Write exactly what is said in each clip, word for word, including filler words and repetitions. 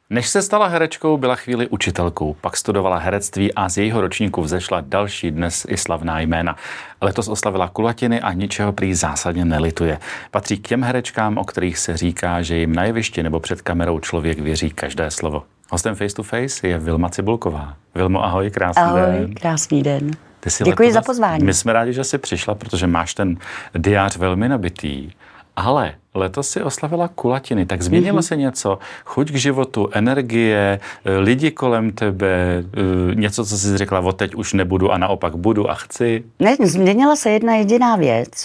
Než se stala herečkou, byla chvíli učitelkou, pak studovala herectví a z jejího ročníku vzešla další dnes i slavná jména. Letos oslavila kulatiny a ničeho prý zásadně nelituje. Patří k těm herečkám, o kterých se říká, že jim na jevišti nebo před kamerou člověk věří každé slovo. Hostem Face to Face je Vilma Cibulková. Vilmo, ahoj, krásný ahoj, den. Ahoj, krásný den. Děkuji letos, za pozvání. My jsme rádi, že jsi přišla, protože máš ten diář velmi nabitý. Ale letos si oslavila kulatiny, tak změnilo mm-hmm. se něco? Chuť k životu, energie, lidi kolem tebe, něco, co jsi řekla, od teď už nebudu a naopak budu a chci? Ne, změnila se jedna jediná věc,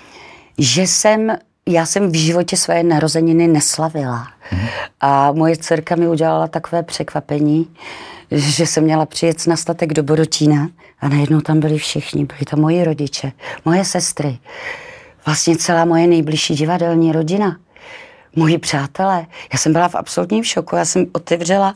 že jsem, já jsem v životě své narozeniny neslavila. Mm-hmm. A moje dcerka mi udělala takové překvapení, že jsem měla přijet na statek do Bodotína a najednou tam byli všichni, byli to moji rodiče, moje sestry. Vlastně celá moje nejbližší divadelní rodina, moji přátelé. Já jsem byla v absolutním šoku. Já jsem otevřela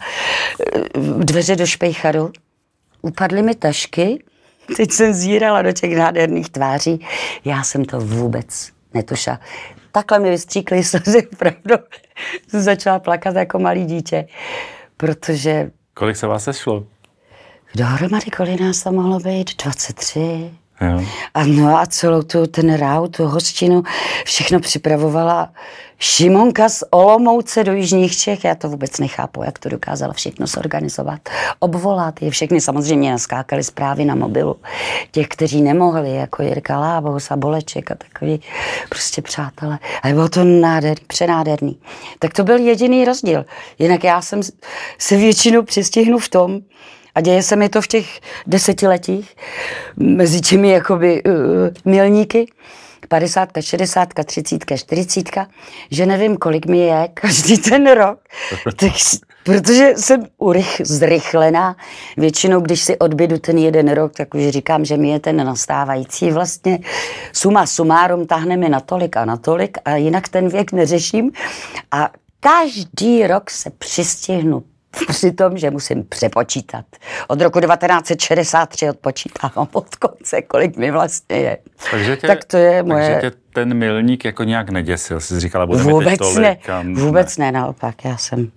dveře do špejcharu, upadly mi tašky, teď jsem zírala do těch nádherných tváří. Já jsem to vůbec netušila. Takhle mi vystříkly slzy, opravdu. Jsem začala plakat jako malý dítě, protože... Kolik se vás sešlo? Dohromady, kolik nás tam mohlo být? dvacet tři. Jo. A no a celou tu, ten rau, tu hostinu, všechno připravovala Šimonka z Olomouce do Jižních Čech. Já to vůbec nechápu, jak to dokázala všechno zorganizovat. Obvolat je všechny, samozřejmě naskákali zprávy na mobilu. Těch, kteří nemohli, jako Jirka Lábous a Boleček a takový prostě přátelé. Ale bylo to nádherný, přenádherný. Tak to byl jediný rozdíl. Jinak já jsem se většinou přistihnu v tom, a děje se mi to v těch desetiletích, mezi těmi jakoby uh, milníky, padesátka, šedesátka, třicítka, čtyřicítka, že nevím, kolik mi je každý ten rok, tak, protože jsem urych, zrychlená. Většinou, když si odbydu ten jeden rok, tak už říkám, že mi je ten nastávající vlastně suma sumárum, tahne mi natolik a natolik a jinak ten věk neřeším a každý rok se přistihnu při tom, že musím přepočítat. Od roku devatenáct set šedesát tři odpočítávám od konce, kolik mi vlastně je. Takže tě, tak to je moje... Takže tě ten milník jako nějak neděsil, jsi říkala, budeme vůbec teď tolik. Ne, kam... vůbec ne, naopak, já jsem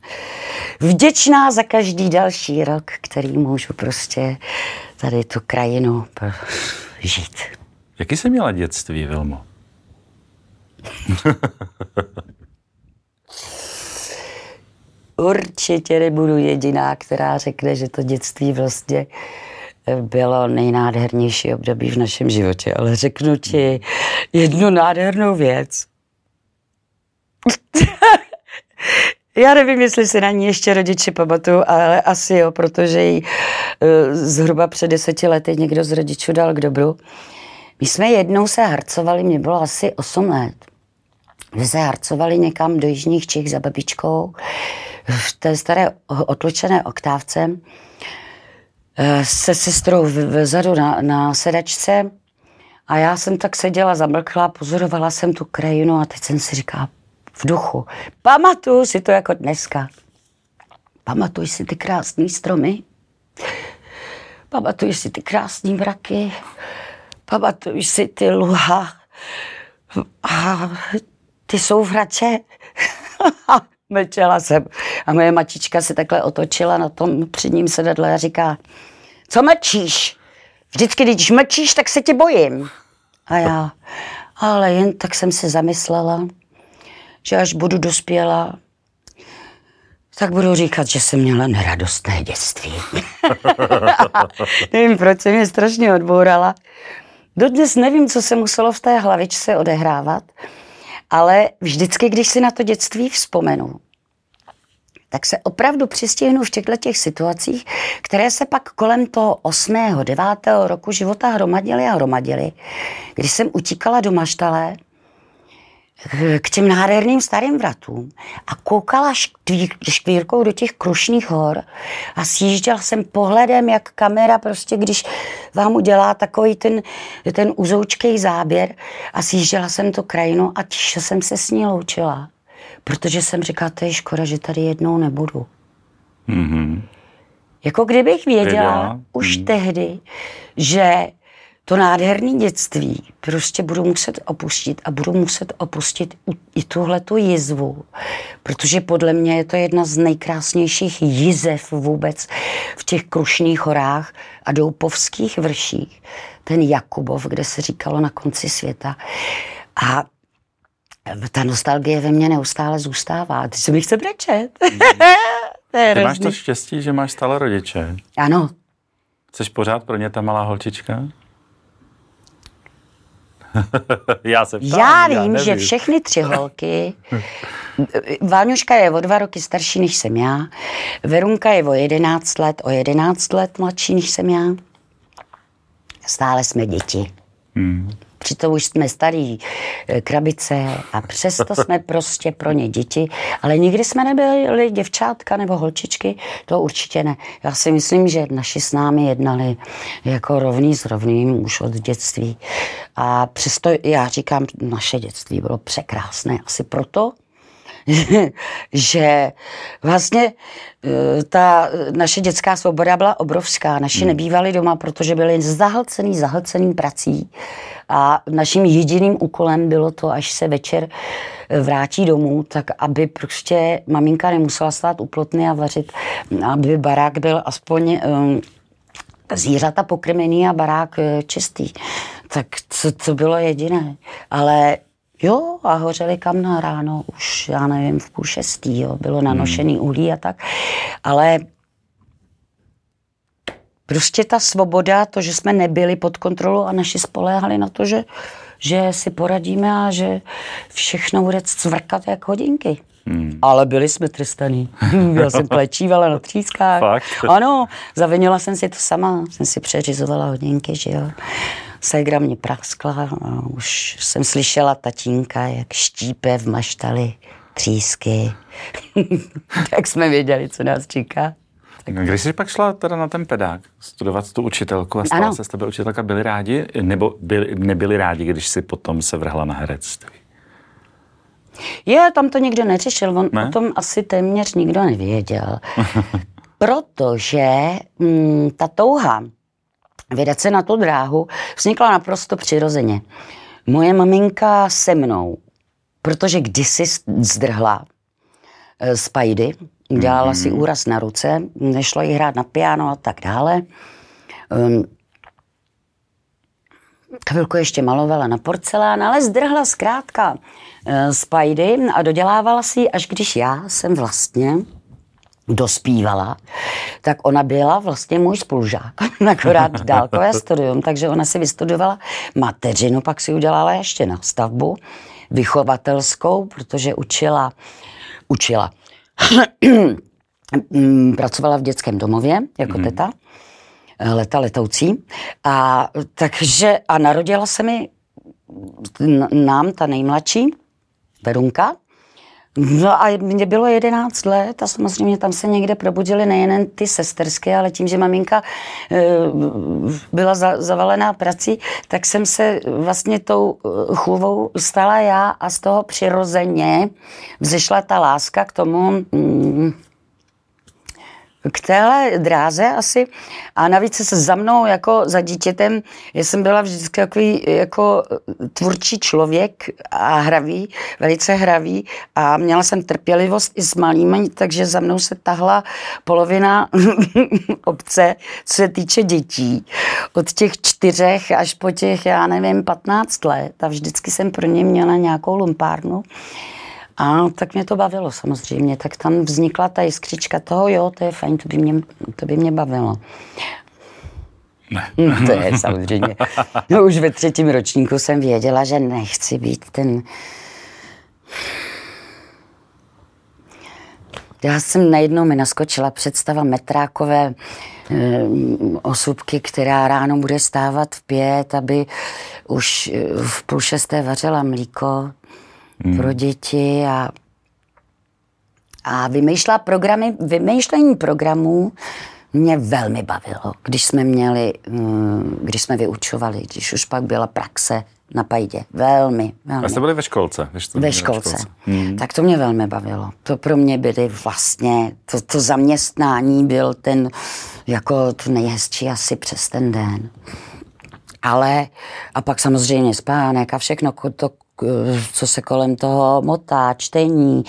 vděčná za každý další rok, který můžu prostě tady tu krajinu žít. Jaký jsi měla dětství, Vilmo? Určitě nebudu jediná, která řekne, že to dětství vlastně bylo nejnádhernější období v našem životě, ale řeknu ti jednu nádhernou věc. Já nevím, jestli si na ní ještě rodiče pamatuju, ale asi jo, protože ji zhruba před deseti lety někdo z rodičů dal k dobru. My jsme jednou se harcovali, mě bylo asi osm let. My se harcovali někam do Jižních Čech za babičkou, v té staré otlučené oktávce, se sestrou vzadu na, na sedačce a já jsem tak seděla zamlkla, pozorovala jsem tu krajinu a teď jsem si říkala v duchu, pamatuju si to jako dneska. Pamatuj si ty krásný stromy, pamatuj si ty krásný mraky, pamatuj si ty luha a ty souvrače. Mlčela jsem. A moje matička se takhle otočila na tom před ním sedadle a říká, co mlčíš? Vždycky, když mlčíš, tak se tě bojím. A já, ale jen tak jsem se zamyslela, že až budu dospělá, tak budu říkat, že jsem měla neradostné dětství. Nevím, proč se mě strašně odbourala. Dodnes nevím, co se muselo v té hlavičce odehrávat, ale vždycky, když si na to dětství vzpomenu, tak se opravdu přistihnu v těchto těch situacích, které se pak kolem toho osmého, devátého roku života hromadily a hromadily, když jsem utíkala do Maštale k těm nádherným starým vratům a koukala škvírkou do těch Krušných hor a sjížděla jsem pohledem, jak kamera prostě, když vám udělá takový ten, ten uzoučkej záběr a sjížděla jsem tu krajinu a tiše jsem se s ní loučila, protože jsem říkala, to je škoda, že tady jednou nebudu. Mm-hmm. Jako kdybych věděla, věděla. už mm. tehdy, že to nádherné dětství prostě budu muset opustit a budu muset opustit i tuhletu jizvu, protože podle mě je to jedna z nejkrásnějších jizev vůbec v těch Krušných horách a Doupovských vrších. Ten Jakubov, kde se říkalo na konci světa. A ta nostalgie ve mně neustále zůstává. Ty se mi chce brečet. Ty máš to štěstí, že máš stále rodiče. Ano. Jsi pořád pro ně ta malá holčička? já se ptám, Já vím, já že všechny tři holky, Váňuška je o dva roky starší, než jsem já, Verunka je o jedenáct let, o jedenáct let mladší, než jsem já. Stále jsme děti. Hmm. Přitom už jsme starý krabice a přesto jsme prostě pro ně děti, ale nikdy jsme nebyli děvčátka nebo holčičky, to určitě ne. Já si myslím, že naši s námi jednali jako rovný s rovným už od dětství. A přesto já říkám, naše dětství bylo překrásné. Asi proto, že vlastně ta naše dětská svoboda byla obrovská. Naši nebývali doma, protože byli zahlcený, zahlcený prací. A naším jediným úkolem bylo to, až se večer vrátí domů, tak aby prostě maminka nemusela stát u plotny a vařit, aby barák byl aspoň um, zvířata pokrmený a barák čistý. Tak to, to bylo jediné. Ale jo, a hořeli kamna ráno, už já nevím, v půl šestý, jo, bylo nanošený uhlí a tak. Ale prostě ta svoboda, to, že jsme nebyli pod kontrolou a naši spoléhali na to, že, že si poradíme a že všechno bude cvrkat jak hodinky. Hmm. Ale byli jsme trestaný. Já jsem plečívala na třískách. Fakt? Ano, zavinila jsem si to sama, jsem si přeřizovala hodinky, že jo. Ségra mě praskla a už jsem slyšela tatínka, jak štípe v maštali třísky. Tak jsme věděli, co nás čeká. Když jsi pak šla teda na ten pedák, studovat tu učitelku a stala ano. se s tebe učitelka, byli rádi, nebo byli, nebyli rádi, když si potom se vrhla na herectví? Je, tam to nikdo neřešil, on ne? o tom asi téměř nikdo nevěděl. Protože mm, ta touha vydat se na tu dráhu vznikla naprosto přirozeně. Moje maminka se mnou, protože kdysi zdrhla z pajdy, dělala mm-hmm. si úraz na ruce, nešlo jí hrát na piano a tak dále. Um, chvilku ještě malovala na porcelán, ale zdrhla zkrátka uh, z pajdy a dodělávala si, až když já jsem vlastně dospívala, tak ona byla vlastně můj spolužák, akorát dálkové studium, takže ona si vystudovala mateřinu, pak si udělala ještě na stavbu vychovatelskou, protože učila, učila, pracovala v dětském domově jako mm. teta, leta letoucí, a takže a narodila se mi nám ta nejmladší, Verunka. No a mě bylo jedenáct let a samozřejmě tam se někde probudily nejen ty sesterské, ale tím, že maminka e, byla za, zavalená prací, tak jsem se vlastně tou chůvou stala já a z toho přirozeně vzešla ta láska k tomu, mm, k téhle dráze asi. A navíc se za mnou jako za dítětem, já jsem byla vždycky takový jako tvůrčí člověk a hravý, velice hravý a měla jsem trpělivost i s malými, takže za mnou se tahla polovina obce, co se týče dětí. Od těch čtyřech až po těch, já nevím, patnáct let a vždycky jsem pro ně měla nějakou lumpárnu. A tak mě to bavilo samozřejmě, tak tam vznikla ta jiskřička toho, jo, to je fajn, to by mě, to by mě bavilo. Ne. To je samozřejmě. No, už ve třetím ročníku jsem věděla, že nechci být ten... Já jsem najednou mi naskočila představa Metrákové e, osůbky, která ráno bude stávat v pět, aby už v půl šesté vařila mlíko Hmm. pro děti a, a vymýšlela programy, vymýšlení programů mě velmi bavilo, když jsme měli, když jsme vyučovali, když už pak byla praxe na pajdě. Velmi, velmi. A jste byli ve školce? Ve, školce. Ve školce. Hmm. Tak to mě velmi bavilo. To pro mě byly vlastně, to, to zaměstnání byl ten, jako to nejhezčí asi přes ten den. Ale a pak samozřejmě spánek a všechno to, co se kolem toho motá, čtení,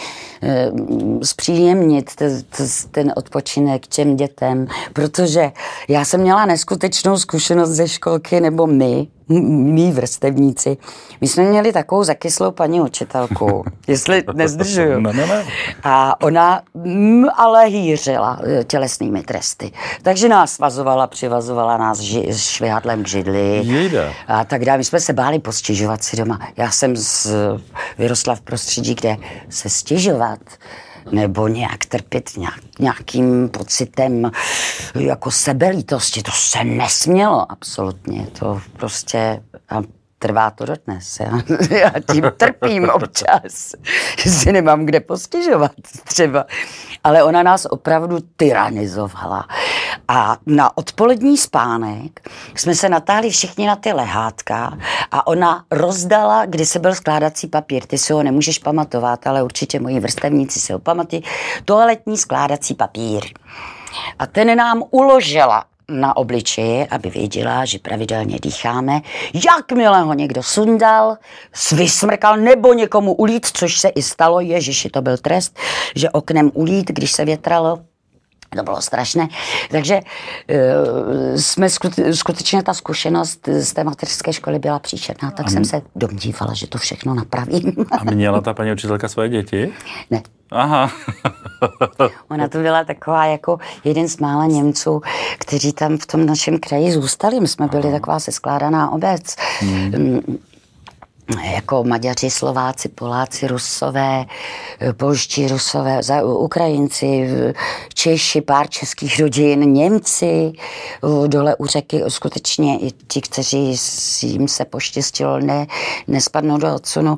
zpříjemnit ten odpočinek těm dětem, protože já jsem měla neskutečnou zkušenost ze školky, nebo my, mý vrstevníci. My jsme měli takovou zakyslou paní učitelku, jestli nezdržuju. Ne, ne, ne. A ona mm, ale hýřila tělesnými tresty. Takže nás svazovala, přivazovala nás ži, švihadlem k židli. Jejda. A tak dále. My jsme se báli postěžovat si doma. Já jsem z, vyrostla v prostředí, kde se stěžovat nebo nějak trpět nějak, nějakým pocitem jako sebelítosti, to se nesmělo absolutně. To prostě... A trvá to dodnes. Já, já tím trpím občas, že si nemám kde postěžovat třeba. Ale ona nás opravdu tyranizovala. A na odpolední spánek jsme se natáhli všichni na ty lehátka a ona rozdala, kdy se byl skládací papír. Ty si ho nemůžeš pamatovat, ale určitě moji vrstevníci si ho pamatují. Toaletní skládací papír. A ten nám uložila na obličeji, aby věděla, že pravidelně dýcháme. Jakmile ho někdo sundal, vysmrkal nebo někomu ulít, což se i stalo, ježiši, to byl trest, že oknem ulít, když se větralo. To bylo strašné. Takže uh, jsme skutečně ta zkušenost z té mateřské školy byla příšerná, tak a jsem se domnívala, že to všechno napravím. A měla ta paní učitelka svoje děti? Ne. Aha. Ona to byla taková jako jeden z mála Němců, kteří tam v tom našem kraji zůstali. My jsme byli taková seskládaná obec. Hmm. Jako Maďaři, Slováci, Poláci, Rusové, Polští, Rusové, Ukrajinci, Češi, pár českých rodin, Němci, dole u řeky skutečně i ti, kteří jim se poštěstilo ne, nespadnou do odsunu.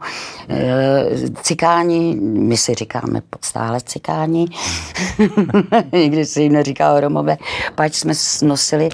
Cikáni, my si říkáme stále cikáni, nikdy se jim neříká Romové, pač jsme nosili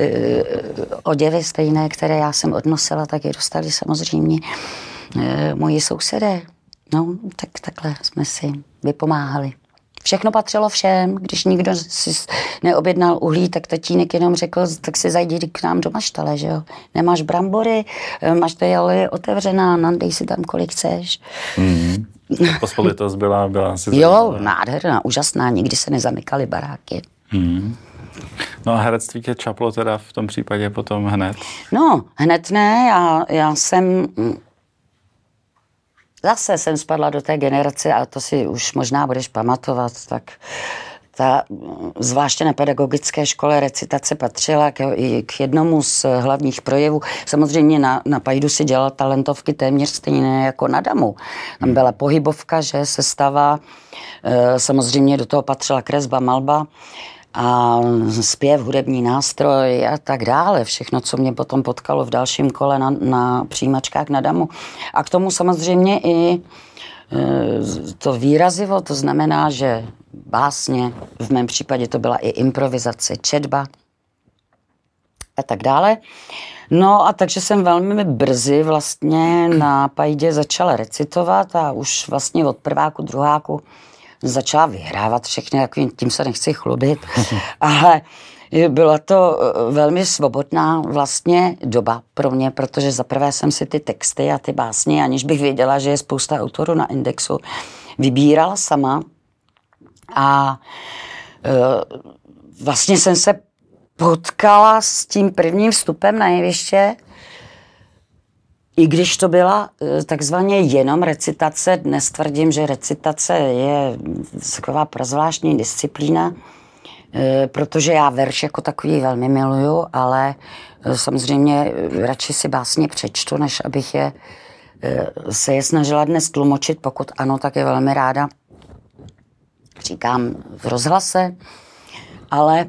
oděvy stejné, které já jsem odnosila, tak je dostali samozřejmě moji sousedé. No, tak takhle jsme si vypomáhali. Všechno patřilo všem. Když nikdo si neobjednal uhlí, tak tatínek jenom řekl, tak si zajdi k nám do maštale, že jo. Nemáš brambory, maštale je otevřená, nadej si tam, kolik chceš. Mm. Pospolitost byla, byla asi Jo, zajímavá. Nádherná, úžasná, nikdy se nezamykaly baráky. Mm. No a herectví tě čaplo teda v tom případě potom hned? No, hned ne, já, já jsem... Zase jsem spadla do té generace, a to si už možná budeš pamatovat, tak ta, zvláště na pedagogické škole recitace patřila k, i k jednomu z hlavních projevů. Samozřejmě na, na Pajdu si dělal talentovky téměř stejné jako na Damu. Tam byla pohybovka, že sestava, samozřejmě do toho patřila kresba, malba, a zpěv, hudební nástroj a tak dále. Všechno, co mě potom potkalo v dalším kole na, na přijímačkách na Damu. A k tomu samozřejmě i e, to výrazivo, to znamená, že básně, v mém případě to byla i improvizace, četba a tak dále. No a takže jsem velmi brzy vlastně na Pajdě začala recitovat a už vlastně od prváku, druháku začala vyhrávat všechny, tím se nechci chlubit, ale byla to velmi svobodná vlastně doba pro mě, protože zaprvé jsem si ty texty a ty básně, aniž bych věděla, že je spousta autorů na Indexu, vybírala sama a vlastně jsem se potkala s tím prvním vstupem na jeviště, i když to byla takzvaně jenom recitace, dnes tvrdím, že recitace je taková prazvláštní disciplína, protože já verš jako takový velmi miluju, ale samozřejmě radši si básně přečtu, než abych je, se je snažila dnes tlumočit, pokud ano, tak je velmi ráda. Říkám v rozhlase, ale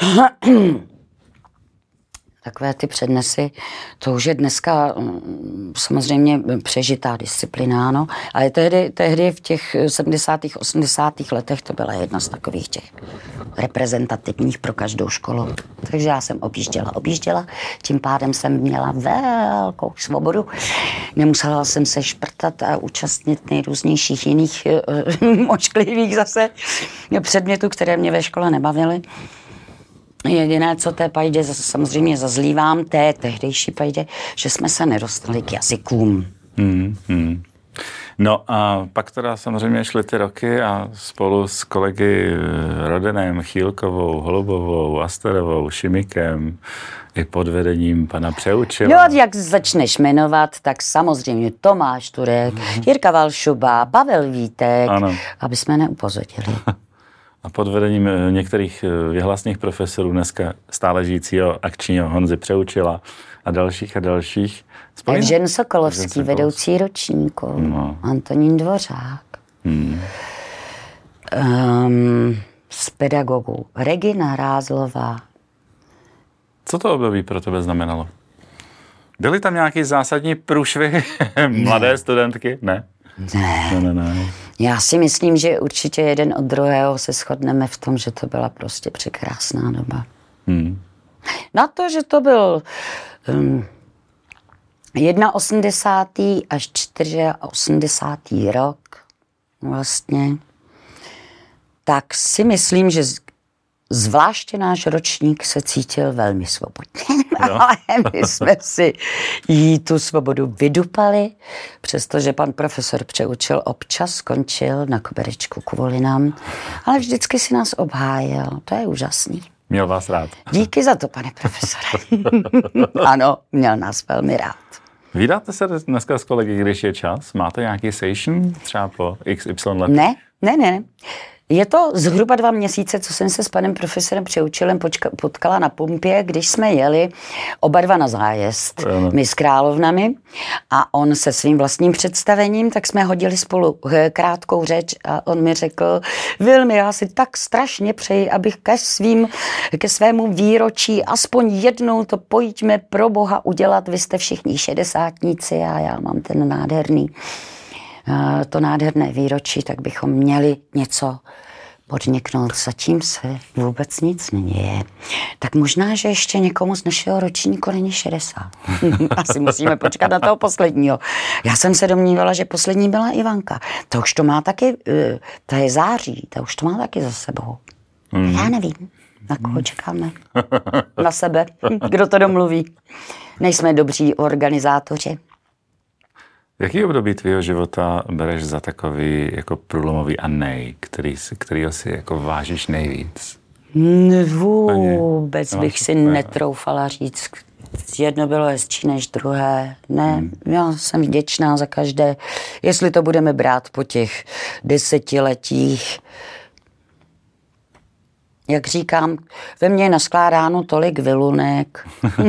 takové ty přednesy, to už je dneska samozřejmě přežitá disciplína, ano, ale tehdy, tehdy v těch sedmdesátých, osmdesátých letech to byla jedna z takových těch reprezentativních pro každou školu. Takže já jsem objížděla, objížděla, tím pádem jsem měla velkou svobodu. Nemusela jsem se šprtat a účastnit nejrůznějších jiných močklivých zase předmětů, které mě ve škole nebavily. Jediné, co té pajdě samozřejmě zazlívám, té tehdejší pajdě, že jsme se nedostali k jazykům. Hmm, hmm. No a pak teda samozřejmě šly ty roky a spolu s kolegy Rodenem, Chýlkovou, Holubovou, Asterovou, Šimikem i pod vedením pana Přeučila. No, jak začneš jmenovat, tak samozřejmě Tomáš Turek, mm-hmm. Jirka Valšuba, Pavel Vítek, ano. Aby jsme neupozorili. A pod vedením některých věhlasných profesorů dneska stále žijícího akčního Honzy Přeučila a dalších a dalších. Evžen Sokolovský, Evžen vedoucí ročníku, no. Antonín Dvořák. Hmm. Um, z pedagogů Regina Rázlová. Co to období pro tebe znamenalo? Byly tam nějaký zásadní průšvihy mladé studentky? Ne? Ne. Ne, ne, ne. Já si myslím, že určitě jeden od druhého se shodneme v tom, že to byla prostě překrásná doba. Hmm. Na to, že to byl um, osmdesátý první až osmdesátý čtvrtý rok vlastně, tak si myslím, že zvláště náš ročník se cítil velmi svobodně, no. Ale my jsme si jí tu svobodu vydupali, přestože pan profesor Přeučil občas skončil na koberečku kvůli nám, ale vždycky si nás obhájil, to je úžasný. Měl vás rád. Díky za to, pane profesore. Ano, měl nás velmi rád. Vídáte se dneska s kolegy, když je čas? Máte nějaký session třeba po iks ypsilon let? Ne, ne, ne. Je to zhruba dva měsíce, co jsem se s panem profesorem Přeučilem počka, potkala na pumpě, když jsme jeli oba dva na zájezd, ano. My s Královnami a on se svým vlastním představením, tak jsme hodili spolu krátkou řeč a on mi řekl, Vilmi, já si tak strašně přeji, abych ke, svým, ke svému výročí aspoň jednou to pojďme pro Boha udělat, vy jste všichni šedesátníci a já mám ten nádherný to nádherné výročí, tak bychom měli něco podniknout. Zatím se vůbec nic neděje. Tak možná, že ještě někomu z našeho ročníku není šedesát. Asi musíme počkat na toho posledního. Já jsem se domnívala, že poslední byla Ivanka. To už to má taky, to je září, to už to má taky za sebou. Mm. Já nevím, na koho čekáme. Na sebe. Kdo to domluví? Nejsme dobří organizátoři. Jaký období tvýho života bereš za takový jako průlomový a nej, který, kterýho si jako vážíš nejvíc? Vůbec bych si netroufala říct. Jedno bylo hezčí než druhé. Ne, hmm. Já jsem vděčná za každé. Jestli to budeme brát po těch desetiletích. Jak říkám, ve mně je naskládáno tolik vilunek.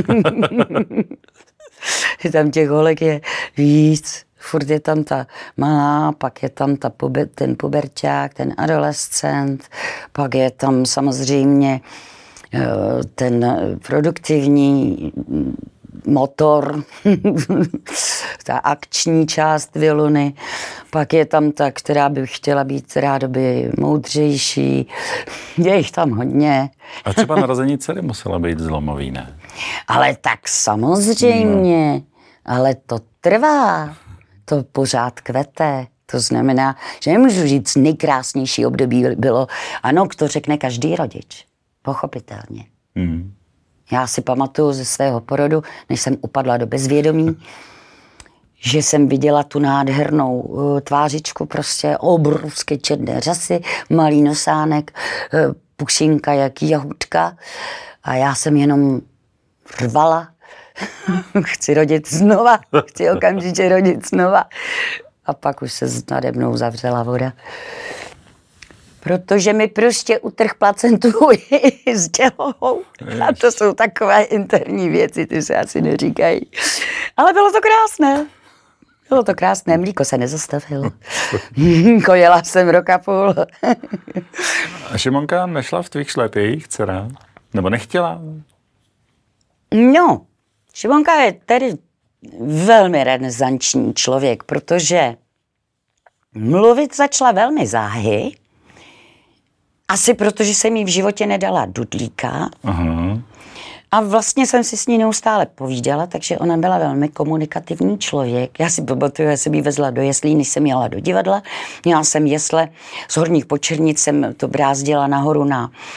Tam těch holek je víc. Furt je tam ta malá, pak je tam ta puber, ten puberťák, ten adolescent, pak je tam samozřejmě ten produktivní motor, ta akční část viluny, pak je tam ta, která by chtěla být rádoby moudřejší, je jich tam hodně. A třeba narození dcery musela být zlomový, ne? Ale tak samozřejmě, no. Ale to trvá, to pořád kvete. To znamená, že nemůžu říct, nejkrásnější období bylo, ano, to řekne každý rodič, pochopitelně. Mm. Já si pamatuju ze svého porodu, než jsem upadla do bezvědomí, že jsem viděla tu nádhernou uh, tvářičku, prostě obrovské černé řasy, malý nosánek, uh, pušinka jak jahůdka a já jsem jenom rvala. Chci rodit znova, chci okamžitě rodit znova. A pak už se nade mnou zavřela voda. Protože mi prostě utrh placentu s dělohou. A to jsou takové interní věci, ty se asi neříkají. Ale bylo to krásné. Bylo to krásné, mlíko se nezastavilo. Kojela jsem rok a půl. A Šimonka nešla v tvých šlepějích, dcera? Nebo nechtěla? No, Šimonka je tedy velmi renesanční člověk, protože mluvit začala velmi záhy. Asi protože jsem jí v životě nedala dudlíka. Aha. A vlastně jsem si s ní neustále povídala, takže ona byla velmi komunikativní člověk. Já si pamatuju, já jsem jí vezla do jeslí, než jsem jela do divadla. Měla jsem jesle z Horních Počernic, jsem to brázdila nahoru na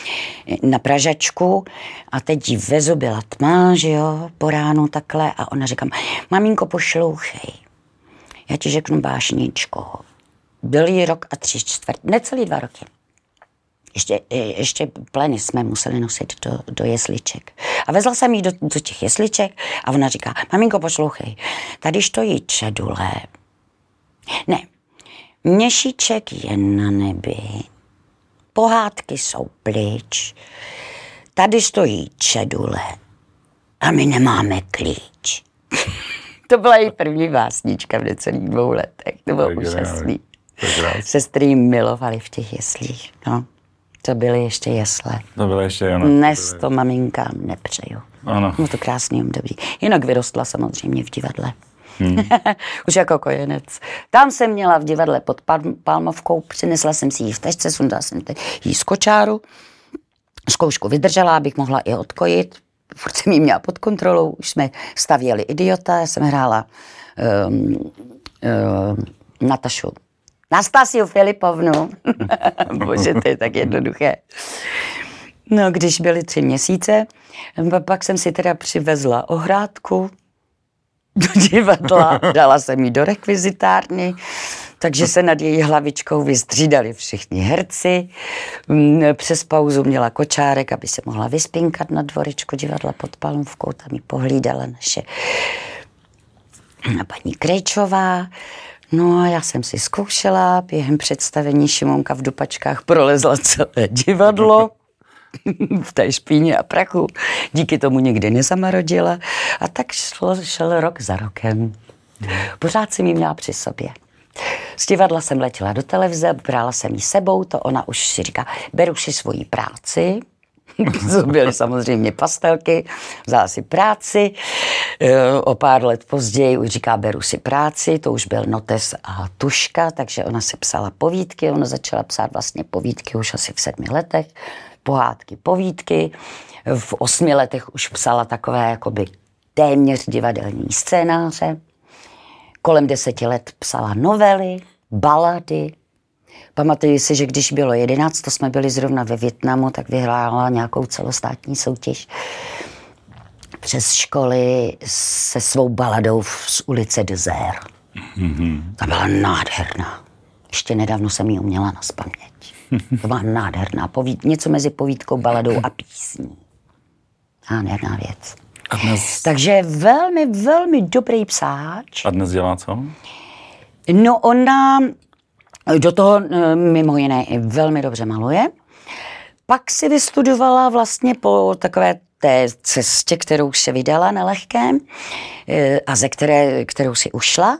na pražačku a teď jí vezu, byla tma, že jo, po ránu takhle a ona říká, maminko, poslouchej, já ti řeknu bášničko. Byl jí rok a tři čtvrt, necelý dva roky. Ještě, ještě pleny jsme museli nosit do, do jesliček. A vezla jsem jí do, do těch jesliček a ona říká, maminko, poslouchej, tady stojí čedule. Ne, měšíček je na nebi, pohádky jsou pryč, tady stojí čedule a my nemáme klíč. To byla její první básnička v necelých dvou letech, to bylo úžasný. Sestry jí milovali v těch jeslích, no. To byly ještě jesle. To bylo ještě, ano. Dnes to, byly... to maminkám nepřeju. Ano. No to krásný období. Jinak vyrostla samozřejmě v divadle. Hmm. Už jako kojenec. Tam jsem měla v divadle pod Palmovkou, přinesla jsem si ji v tašce, sundala jsem jí z kočáru. Zkoušku vydržela, abych mohla i odkojit. Furt jsem jí měla pod kontrolou, už jsme stavěli Idiota, já jsem hrála um, um, Natašu. Nastasiu Filipovnu. Bože, to je tak jednoduché. No, když byly tři měsíce, pak jsem si teda přivezla ohrádku do divadla, dala jsem ji do rekvizitárny, takže se nad její hlavičkou vystřídali všichni herci. Přes pauzu měla kočárek, aby se mohla vyspinkat na dvoričku divadla pod Palmovkou, tam ji pohlídala naše paní Krejčová. No a já jsem si zkoušela, během představení Šimonka v dupačkách prolezla celé divadlo v té špíně a prachu. Díky tomu nikdy nezamarodila. A tak šlo, šel rok za rokem. Pořád jsem ji měla při sobě. Z divadla jsem letěla do televize, brala jsem ji sebou, to ona už si říká, beru si svoji práci. To byly samozřejmě pastelky, vzala si práci, o pár let později už říká, beru si práci, to už byl notes a tuška, takže ona si psala povídky, ona začala psát vlastně povídky už asi v sedmi letech, pohádky, povídky, v osmi letech už psala takové jakoby téměř divadelní scénáře, kolem deseti let psala novely, balady. Pamatuju si, že když bylo jedenáct, to jsme byli zrovna ve Vietnamu, tak vyhrála nějakou celostátní soutěž přes školy se svou baladou z ulice Dezert. Mm-hmm. Ta byla nádherná. Ještě nedávno jsem ji uměla nazpaměť. To byla nádherná. Povíd, něco mezi povídkou, baladou a písní. Nádherná věc. A dnes... Takže velmi, velmi dobrý psáč. A dnes dělá co? No ona... Do toho mimo jiné i velmi dobře maluje. Pak si vystudovala vlastně po takové té cestě, kterou se vydala na lehkém a ze které, kterou si ušla.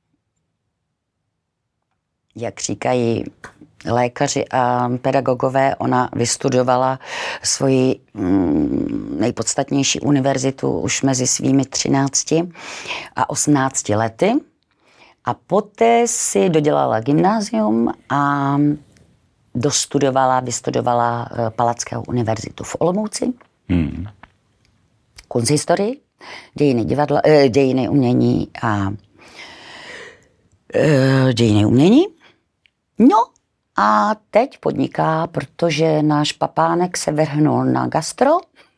Jak říkají lékaři a pedagogové, ona vystudovala svoji nejpodstatnější univerzitu už mezi svými třinácti a osmnácti lety. A poté si dodělala gymnázium a dostudovala, vystudovala Palackého univerzitu v Olomouci. Hmm. Kunsthistorii, dějiny divadla, eh, dějiny umění a eh, dějiny umění. No a teď podniká, protože náš papánek se vrhnul na gastro.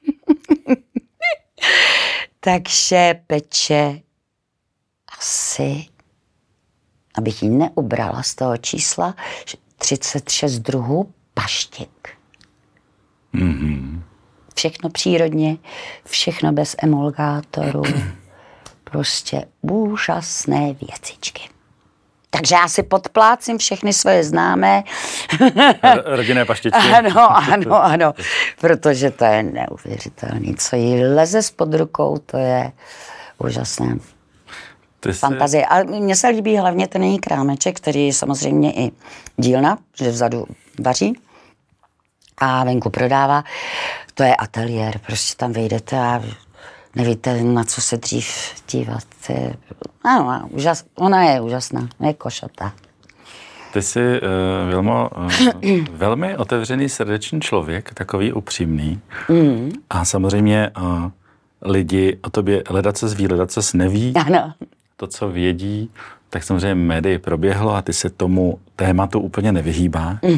Takže peče asi... abych ji neubrala z toho čísla, třicet šest druhů paštěk. Mm-hmm. Všechno přírodně, všechno bez emulgátorů. Prostě úžasné věcičky. Takže já si podplácím všechny svoje známé. Rodinné paštičky. Ano, ano, ano. Protože to je neuvěřitelné. Co jí leze spod rukou, to je úžasné. Jsi... fantazie. A mně se líbí hlavně ten její krámeček, který je samozřejmě i dílna, že vzadu vaří a venku prodává. To je ateliér, prostě tam vejdete a nevíte, na co se dřív dívat. Ano, úžas, ona je úžasná, je košota. Ty jsi, uh, Vilmo, uh, velmi otevřený, srdečný člověk, takový upřímný. Mm. A samozřejmě uh, lidi o tobě ledaco ví, ledaco neví. Ano. To, co vědí, tak samozřejmě médii proběhlo a ty se tomu tématu úplně nevyhýbá. Mm-hmm.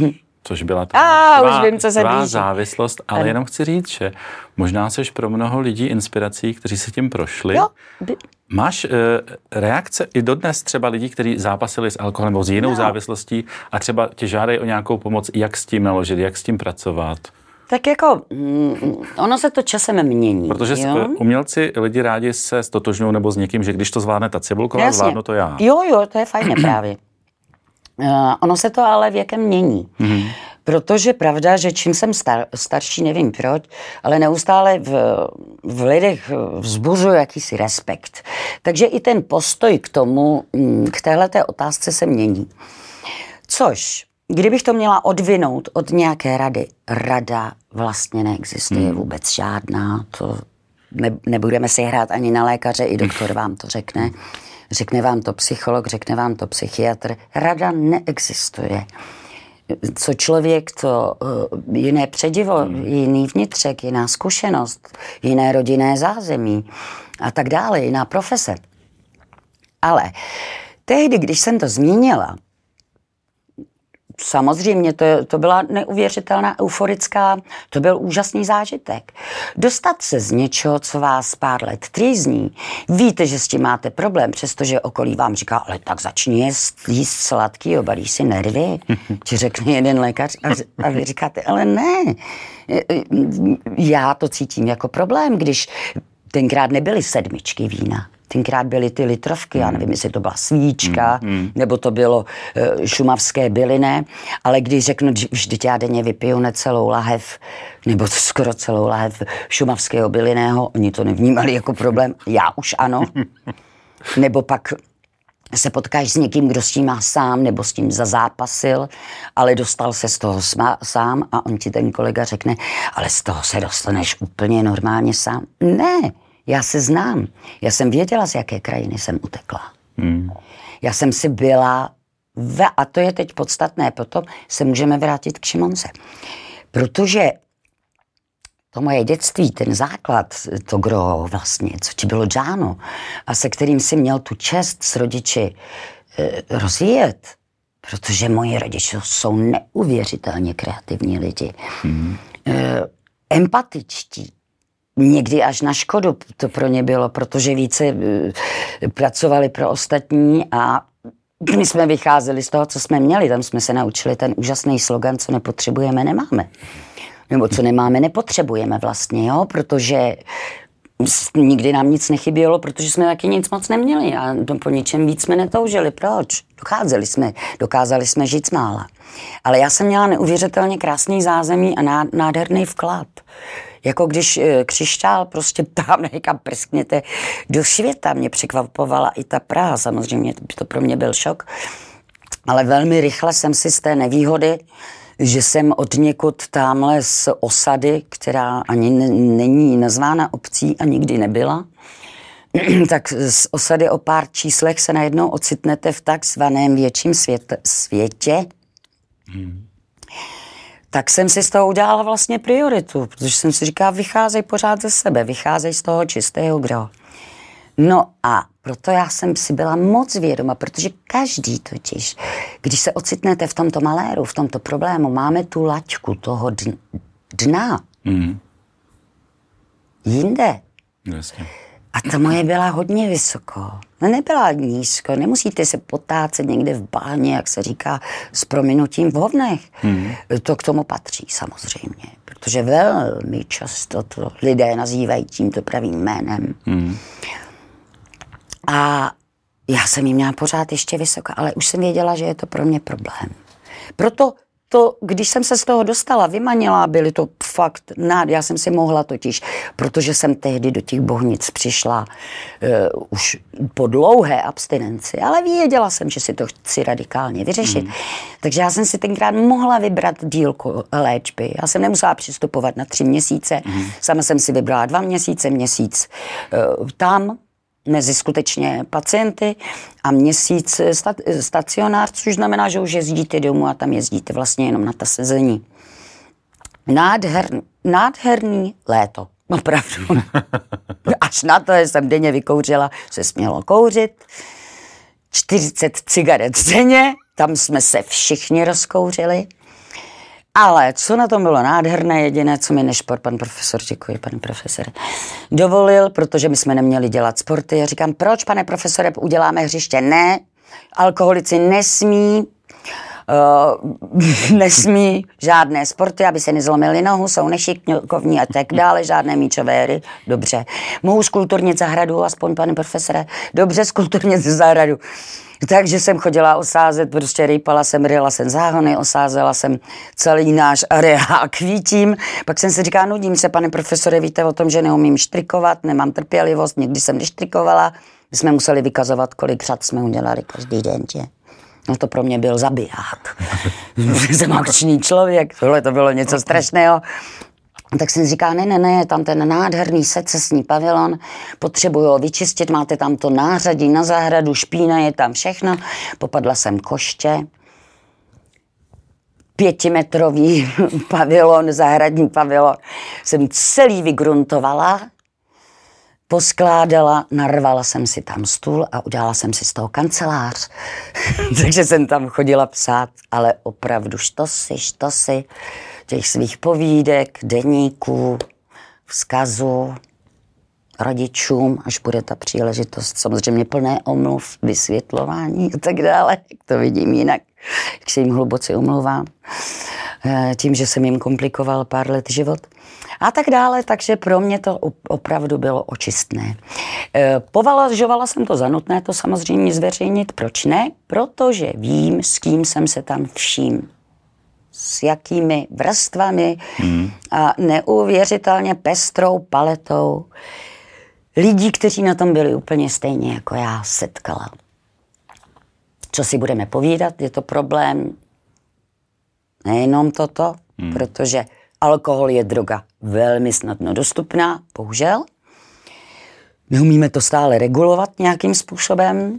což byla ta A, tvá, už vím, co se tvá blíží. závislost, ale ano. Jenom chci říct, že možná jsi pro mnoho lidí inspirací, kteří si tím prošli. Jo. By... Máš e, reakce i dodnes třeba lidí, kteří zápasili s alkoholem nebo s jinou no. závislostí a třeba tě žádají o nějakou pomoc, jak s tím naložit, jak s tím pracovat? Tak jako, mm, ono se to časem mění. Protože jo? umělci, lidi rádi se stotožňují nebo s někým, že když to zvládne ta Cibulková, Jasně. zvládnu to já. Jo, jo, to je fajné právě. Uh, ono se to ale věkem mění. Mm-hmm. Protože pravda, že čím jsem star, starší, nevím proč, ale neustále v, v lidech vzbuzuje jakýsi respekt. Takže i ten postoj k tomu, k téhleté otázce se mění. Což, kdybych to měla odvinout od nějaké rady, rada vlastně neexistuje mm. vůbec žádná, to ne, nebudeme si hrát ani na lékaře, i doktor vám to řekne. Řekne vám to psycholog, řekne vám to psychiatr. Rada neexistuje. Co člověk, to uh, jiné předivo, hmm. jiný vnitřek, jiná zkušenost, jiné rodinné zázemí a tak dále, jiná profese. Ale tehdy, když jsem to zmínila, samozřejmě to, to byla neuvěřitelná, euforická, to byl úžasný zážitek. Dostat se z něčeho, co vás pár let trýzní, víte, že s tím máte problém, přestože okolí vám říká, ale tak začni jíst, jíst sladký, obalí si nervy, ti řekne jeden lékař a, a vy říkáte, ale ne, já to cítím jako problém, když tenkrát nebyly sedmičky vína. Tenkrát byly ty litrovky, já nevím, jestli to byla svíčka, mm, mm. nebo to bylo uh, šumavské bylinné, ale když řeknu, vždyť já denně vypiju necelou lahev, nebo skoro celou lahev šumavského bylinného, oni to nevnímali jako problém, já už ano. Nebo pak se potkáš s někým, kdo s tím má sám, nebo s tím zazápasil, ale dostal se z toho sám a on ti ten kolega řekne, ale z toho se dostaneš úplně normálně sám. Ne. Já se znám. Já jsem věděla, z jaké krajiny jsem utekla. Hmm. Já jsem si byla, ve, a to je teď podstatné, potom se můžeme vrátit k Šimonce. Protože to moje dětství, ten základ, to gro vlastně, co ti bylo dáno a se kterým si měl tu čest s rodiči e, rozvíjet, protože moji rodiče jsou neuvěřitelně kreativní lidi. Hmm. E, empatičtí. Někdy až na škodu to pro ně bylo, protože více uh, pracovali pro ostatní a my jsme vycházeli z toho, co jsme měli. Tam jsme se naučili ten úžasný slogan, co nepotřebujeme, nemáme. Nebo co nemáme, nepotřebujeme vlastně, jo, protože nikdy nám nic nechybělo, protože jsme taky nic moc neměli a po ničem víc jsme netoužili. Proč? Dokázali jsme, dokázali jsme žít smála. Ale já jsem měla neuvěřitelně krásný zázemí a nádherný vklad. Jako když křišťál prostě tam někam prskněte do světa. Mě překvapovala i ta Praha, samozřejmě to pro mě byl šok. Ale velmi rychle jsem si z té nevýhody, že jsem od někud tamhle z osady, která ani není nazvána obcí a nikdy nebyla, tak z osady o pár číslech se najednou ocitnete v takzvaném větším svět, světě. Hmm. Tak jsem si z toho udělala vlastně prioritu, protože jsem si říkala, vycházej pořád ze sebe, vycházej z toho čistého gro. No a proto já jsem si byla moc vědoma, protože každý totiž, když se ocitnete v tomto maléru, v tomto problému, máme tu laťku toho dna. Mm. Jinde. Jasně. A ta moje byla hodně vysoko. No nebyla nízko, nemusíte se potácet někde v báně, jak se říká, s prominutím v hovnech. Hmm. To k tomu patří samozřejmě, protože velmi často to lidé nazývají tímto pravým jménem. Hmm. A já jsem jí měla pořád ještě vysoko, ale už jsem věděla, že je to pro mě problém. Proto to, když jsem se z toho dostala, vymanila, byly to fakt nád. Já jsem si mohla totiž, protože jsem tehdy do těch Bohnic přišla uh, už po dlouhé abstinenci, ale věděla jsem, že si to chci radikálně vyřešit. Mm. Takže já jsem si tenkrát mohla vybrat dílku léčby. Já jsem nemusela přistupovat na tři měsíce. Mm. Sama jsem si vybrala dva měsíce, měsíc uh, tam, mezi skutečně pacienty a měsíc stacionář, což znamená, že už jezdíte domů a tam jezdíte vlastně jenom na ta sezení. Nádherný, nádherný léto, opravdu. Až na to, že jsem denně vykouřila, se smělo kouřit. čtyřicet cigaret denně, tam jsme se všichni rozkouřili. Ale co na tom bylo nádherné, jediné, co mi nešport, pan profesor, děkuji, pane profesore, dovolil, protože my jsme neměli dělat sporty. Já říkám, proč, pane profesore, uděláme hřiště? Ne, alkoholici nesmí, uh, nesmí žádné sporty, aby se nezlomili nohu, jsou nešikovní a tak dále, žádné míčové hry. Dobře. Mohu skulturnit zahradu, aspoň, pane profesore? Dobře, skulturnit zahradu. Takže jsem chodila osázet, prostě rýpala jsem, ryla jsem záhony, osázela jsem celý náš areál kvítím. Pak jsem si říkala, nudím se, pane profesore, víte o tom, že neumím štrikovat, nemám trpělivost, někdy jsem neštrikovala. My jsme museli vykazovat, kolik řad jsme udělali každý den, že? No to pro mě byl zabiják. Jsem akční člověk, tohle to bylo něco strašného. Tak jsem říká, ne, ne, ne, tam ten nádherný secesní pavilon, potřebuju ho vyčistit, máte tam to nářadí na zahradu, špína je tam všechno. Popadla jsem koště, pětimetrový pavilon, zahradní pavilon, jsem celý vygruntovala, poskládala, narvala jsem si tam stůl a udělala jsem si z toho kancelář. Takže jsem tam chodila psát, ale opravdu štosy, štosy, těch svých povídek, deníků, vzkazu rodičům, až bude ta příležitost, samozřejmě plné omluv, vysvětlování a tak dále, jak to vidím jinak, jak se jim hluboce omlouvám, tím, že jsem jim komplikoval pár let život a tak dále, takže pro mě to opravdu bylo očistné. Považovala jsem to za nutné to samozřejmě zveřejnit, proč ne? Protože vím, s kým jsem se tam vším, s jakými vrstvami hmm. a neuvěřitelně pestrou paletou lidí, kteří na tom byli úplně stejně jako já, setkala. Co si budeme povídat, je to problém nejenom toto, hmm. protože alkohol je droga velmi snadno dostupná, bohužel. Neumíme to stále regulovat nějakým způsobem,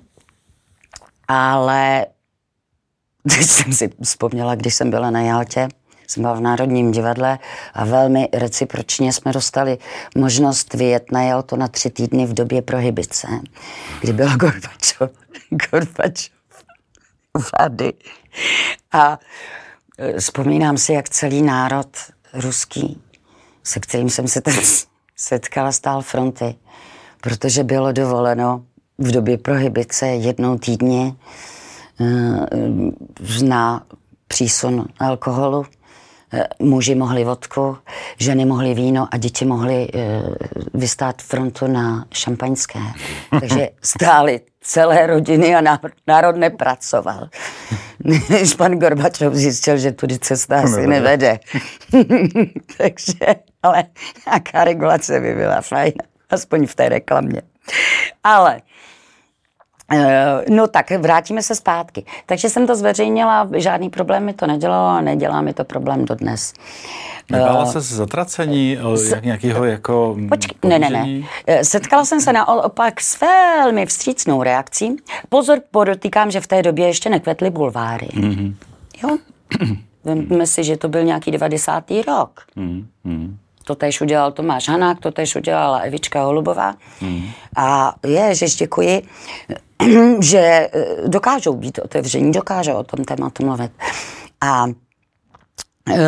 ale teď jsem si vzpomněla, když jsem byla na Jaltě, jsem byla v Národním divadle a velmi recipročně jsme dostali možnost vyjet na Jaltu na tři týdny v době prohibice, kdy byla Gorbačov, Gorbačov vlády. A vzpomínám si, jak celý národ ruský, se kterým jsem se teď setkala, stál fronty, protože bylo dovoleno v době prohibice jednou týdně na přísun alkoholu. Muži mohli vodku, ženy mohly víno a děti mohly vystát frontu na šampaňské. Takže stály celé rodiny a národ nepracoval. Než pan Gorbačov zjistil, že tudy cesta asi nevede. Takže, ale nějaká regulace by byla fajn, aspoň v té reklamě. Ale no tak, vrátíme se zpátky. Takže jsem to zveřejnila, žádný problém mi to nedělalo a nedělá mi to problém dodnes. Nebála se z zatracení, s, jak nějakého jako počkej, ne, ne, ne. Setkala jsem se naopak s velmi vstřícnou reakcí. Pozor, podotýkám, že v té době ještě nekvetly bulváry. Mm-hmm. Jo? Vemme si, že to byl nějaký devadesátý rok. Mm-hmm. To též udělal Tomáš Hanák, to též udělala Evička Holubová. Mm. A ježiš, děkuji, že dokážou být otevření, dokážou o tom tématu mluvit. A uh,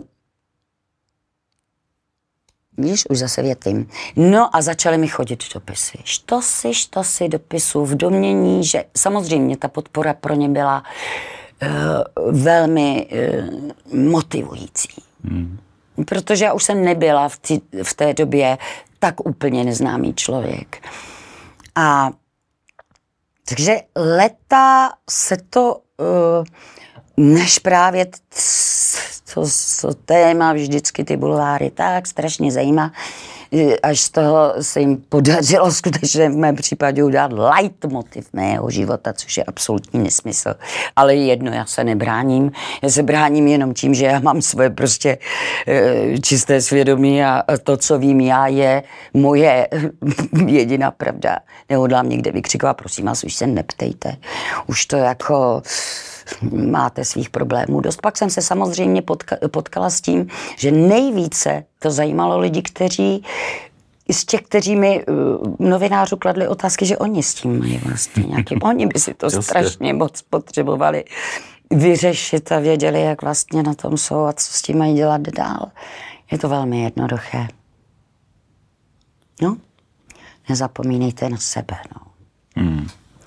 víš, už zase větím. No a začaly mi chodit dopisy. Štosy, štosy dopisů v domění, že samozřejmě ta podpora pro ně byla uh, velmi uh, motivující. Mm. Protože já už jsem nebyla v, tý, v té době tak úplně neznámý člověk. A takže leta se to, uh, než právě t, to, to téma vždycky ty bulváry tak strašně zajímá, až z toho se jim podařilo skutečně v mém případě udělat leitmotiv mého života, což je absolutní nesmysl. Ale jedno, já se nebráním. Já se bráním jenom tím, že já mám svoje prostě e, čisté svědomí a to, co vím já, je moje jediná pravda. Nehodlám někde vykřikovat, prosím vás, už se neptejte. Už to jako máte svých problémů dost. Pak jsem se samozřejmě potka, potkala s tím, že nejvíce to zajímalo lidi, kteří z těch, kteří mi uh, novinářů kladli otázky, že oni s tím mají vlastně nějaký, oni by si to strašně moc potřebovali vyřešit a věděli, jak vlastně na tom jsou a co s tím mají dělat dál. Je to velmi jednoduché. No, nezapomínejte na sebe, no. Hmm.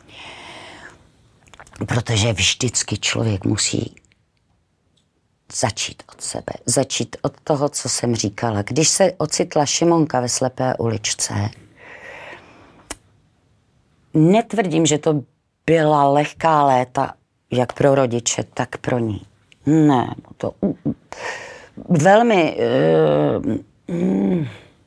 Protože vždycky člověk musí začít od sebe, začít od toho, co jsem říkala. Když se ocitla Šimonka ve slepé uličce, netvrdím, že to byla lehká léta, jak pro rodiče, tak pro ní. Ne, to velmi uh,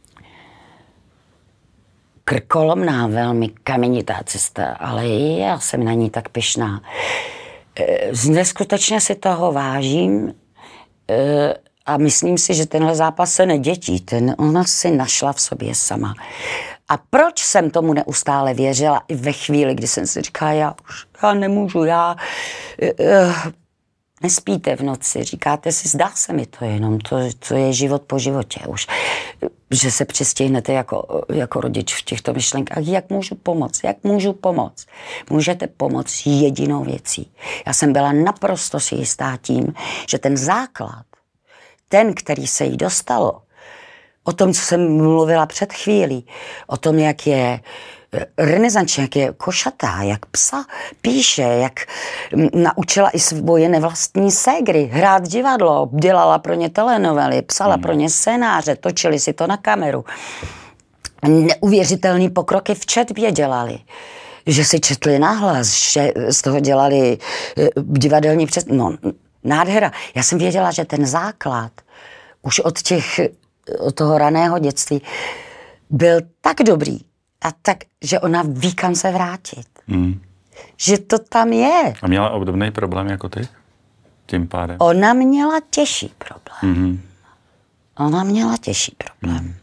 krkolomná, velmi kamenitá cesta, ale já jsem na ní tak pyšná. Neskutečně si toho vážím a myslím si, že tenhle zápas se nedětí. Ten ona si našla v sobě sama. A proč jsem tomu neustále věřila i ve chvíli, kdy jsem si říkala, já už já nemůžu, já... Uh, nespíte v noci, říkáte si, zdá se mi to jenom, to, to je život po životě už. Že se přestěhnete jako, jako rodič v těchto myšlenkách. Jak můžu pomoct? Jak můžu pomoct? Můžete pomoct jedinou věcí. Já jsem byla naprosto si jistá tím, že ten základ, ten, který se jí dostalo, o tom, co jsem mluvila před chvílí, o tom, jak je renesančně, jak je košatá, jak psa píše, jak naučila i svoje nevlastní ségry hrát divadlo, dělala pro ně telenovely, psala hmm. pro ně scénáře, točili si to na kameru. Neuvěřitelný pokroky v četbě dělali. Že si četli nahlas, že z toho dělali divadelní přes... No, nádhera. Já jsem věděla, že ten základ už od těch, od toho raného dětství byl tak dobrý, a tak, že ona ví, kam se vrátit. Hmm. Že to tam je. A měla obdobný problém jako ty? Tím pádem? Ona měla těžší problém. Hmm. Ona měla těžší problém. Hmm.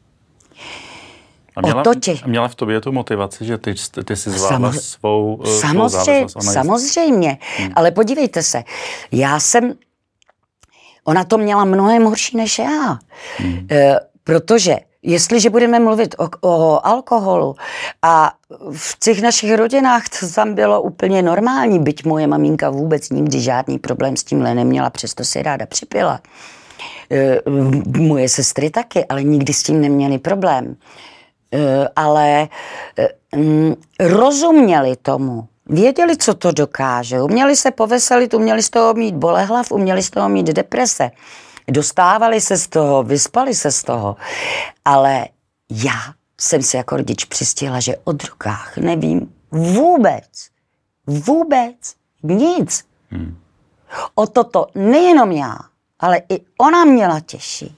A měla, o to tě... a měla v tobě tu motivaci, že ty, ty si zvládla Samoz... svou, samozřejmě, svou závislost? Samozřejmě, hmm. ale podívejte se, já jsem... Ona to měla mnohem horší než já. Hmm. E, protože jestliže budeme mluvit o, o alkoholu a v těch našich rodinách to tam bylo úplně normální, byť moje maminka vůbec nikdy žádný problém s tímhle neměla, přesto si ráda připila. E, moje sestry taky, ale nikdy s tím neměli problém. E, ale e, m, rozuměli tomu. Věděli, co to dokáže. Uměli se poveselit, uměli z toho mít bolehlav, uměli z toho mít deprese. Dostávali se z toho, vyspali se z toho. Ale já jsem si jako rodič přistihla, že o drogách nevím vůbec, vůbec nic. Hmm. O toto nejenom já, ale i ona měla těžší.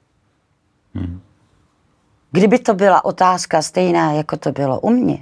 Hmm. Kdyby to byla otázka stejná, jako to bylo u mě,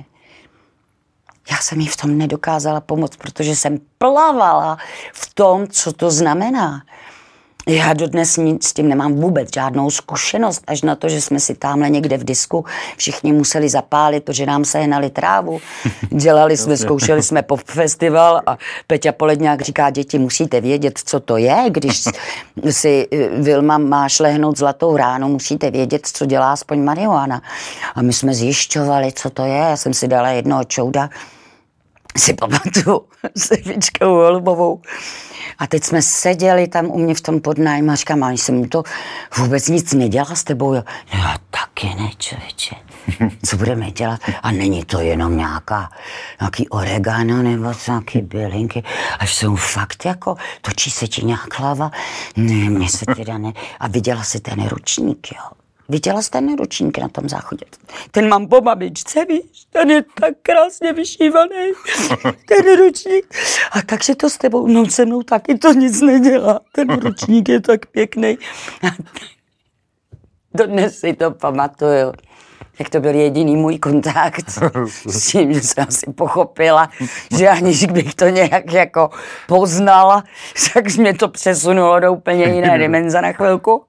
já jsem jí v tom nedokázala pomoct, protože jsem plavala v tom, co to znamená. Já dodnes s tím nemám vůbec žádnou zkušenost, až na to, že jsme si tamhle někde v disku všichni museli zapálit, protože nám sehnali trávu. Dělali jsme, zkoušeli jsme pop festival a Peťa Poledňák říká, děti, musíte vědět, co to je, když si Vilma má šlehnout zlatou ránu, musíte vědět, co dělá aspoň marihuana. A my jsme zjišťovali, co to je. Já jsem si dala jednoho čouda, si pamatuju, s Evičkou Holubovou. A teď jsme seděli tam u mě v tom podnájmu a říkám, ale jsem mu to vůbec nic nedělala s tebou. No já taky ne, člověče. Co budeme dělat? A není to jenom nějaká, nějaký oregano nebo nějaký bylinky. Až jsou fakt jako, točí se ti nějak hlava. Ne, mně se teda ne. A viděla si ten ručník, jo. Viděla jsi ten ručník na tom záchodě? Ten mám po babičce, víš? Ten je tak krásně vyšívaný, ten ručník. A takže to s tebou, no se mnou taky to nic nedělá. Ten ručník je tak pěkný. Dodnes si to pamatuju. Jak to byl jediný můj kontakt s tím, že jsem si pochopila, že aniž bych to nějak jako poznala, tak mě to přesunulo do úplně jiné dimenze na chvilku.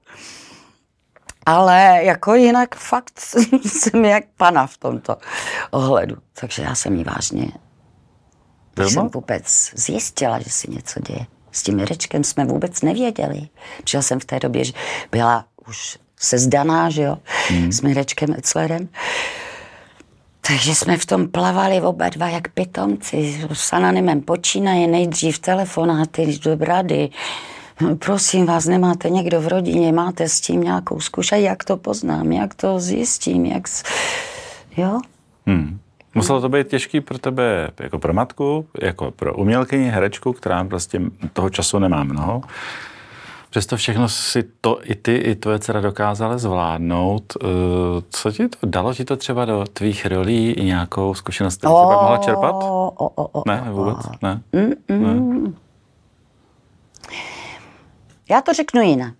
Ale jako jinak fakt jsem jak pana v tomto ohledu. Takže já jsem jí vážně, když jsem vůbec zjistila, že si něco děje. S tím Mirečkem jsme vůbec nevěděli. Přišla jsem v té době, že byla už sezdaná, že jo, hmm. s Mirečkem Etzlerem. Takže jsme v tom plavali oba dva jak pitomci. S anonymem počínaje nejdřív telefonáty do brady. Prosím vás, nemáte někdo v rodině, máte s tím nějakou zkušenost, jak to poznám, jak to zjistím, jak... Jo? Hmm. Muselo to být těžký pro tebe jako pro matku, jako pro umělkyni, herečku, která prostě toho času nemá mnoho. Přesto všechno si to i ty, i tvoje dcera dokázaly zvládnout. Co ti to dalo ti to třeba do tvých rolí i nějakou zkušenost, kterou oh, třeba mohla čerpat? Oh, oh, oh, ne, vůbec? Ne? Mm, mm. ne. Já to řeknu jinak.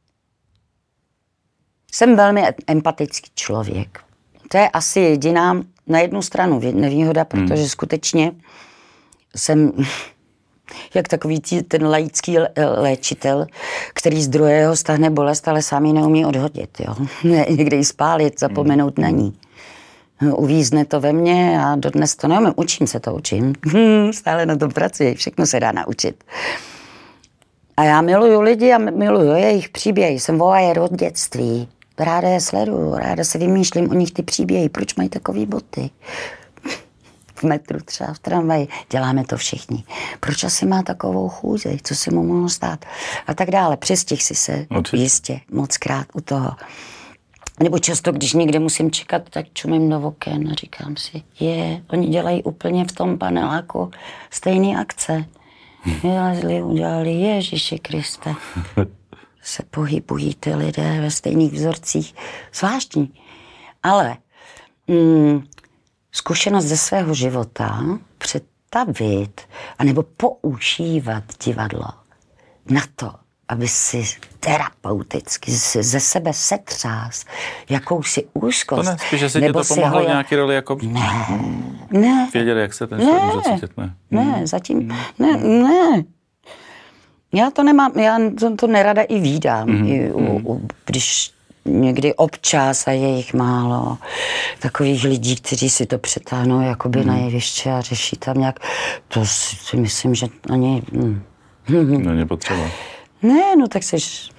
Jsem velmi empatický člověk. To je asi jediná na jednu stranu nevýhoda, protože hmm. skutečně jsem jak takový tí, ten laický léčitel, který z druhého stáhne bolest, ale sám ji neumí odhodit. Jo? Někde ji spálit, zapomenout hmm. na ní. Uvízne to ve mně a dodnes to neumím. Učím se to, učím. Stále na tom pracuji, všechno se dá naučit. A já miluju lidi a miluju jejich příběhy. Jsem voajer od dětství. Ráda je sleduju, ráda se vymýšlím o nich ty příběhy. Proč mají takový boty? V metru třeba, v tramvaji. Děláme to všichni. Proč asi má takovou chůzi? Co se mu mohlo stát? A tak dále. Přestih si se Určitě. jistě moc krát u toho. Nebo často, když někde musím čekat, tak čumím do oken a říkám si, je, oni dělají úplně v tom paneláku stejný akce. Vylezli, udělali Ježíši Kriste. Se pohybují ty lidé ve stejných vzorcích. Zvláštní. Ale mm, zkušenost ze svého života představit anebo používat divadlo na to, aby si terapeuticky ze sebe setřás jakousi úzkost. To ne, spíš, že si ti to pomohlo v nějaké roli jako... Ne, ne. Věděli, jak se ten člověk může cítit, ne? Ne, zatím, ne, ne. Já to nemám, já to, to nerada i vídám, mm, I u, mm. u, když někdy občas a je jich málo takových lidí, kteří si to přetáhnou jakoby mm. na jeviště a řeší tam nějak, to si myslím, že ani... Mm. Není potřeba. Ne, no tak seš...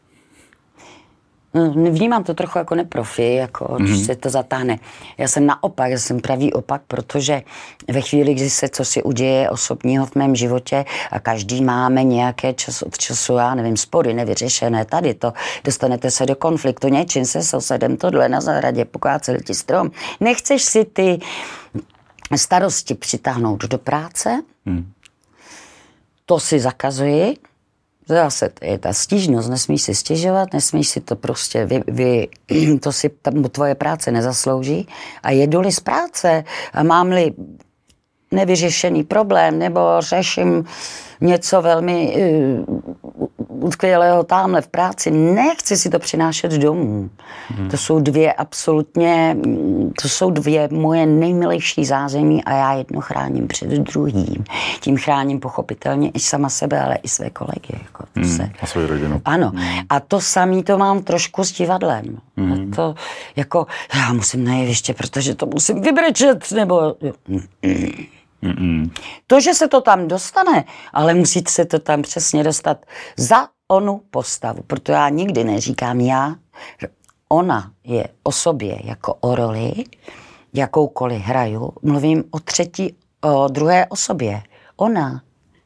Vnímám to trochu jako neprofi, jako mm-hmm. když se to zatáhne. Já jsem naopak, já jsem pravý opak, protože ve chvíli, kdy se co si uděje osobního v mém životě a každý máme nějaké čas od času, já nevím, spory nevyřešené, tady to, dostanete se do konfliktu něčím se sousedem, tohle na zahradě, pokáceli ti strom. Nechceš si ty starosti přitáhnout do práce, mm. to si zakazuji. Zase je ta stížnost, nesmíš si stěžovat, nesmíš si to prostě, vy, vy, to si tam tvoje práce nezaslouží. A jedu-li z práce a mám-li nevyřešený problém nebo řeším něco velmi uh, skvělého tamhle v práci, nechci si to přinášet domů. Hmm. To jsou dvě absolutně, to jsou dvě moje nejmilejší zázemí a já jedno chráním před druhým. Tím chráním pochopitelně i sama sebe, ale i své kolegy. Jako to hmm. se... A svou rodinu. Ano. Hmm. A to samý to mám trošku s divadlem. Hmm. A to jako, já musím na jeviště, protože to musím vybrečet, nebo... Mm-mm. To, že se to tam dostane, ale musí se to tam přesně dostat za onu postavu. Proto já nikdy neříkám já, ona je o sobě jako o roli, jakoukoliv hraju. Mluvím o třetí, o druhé osobě. Ona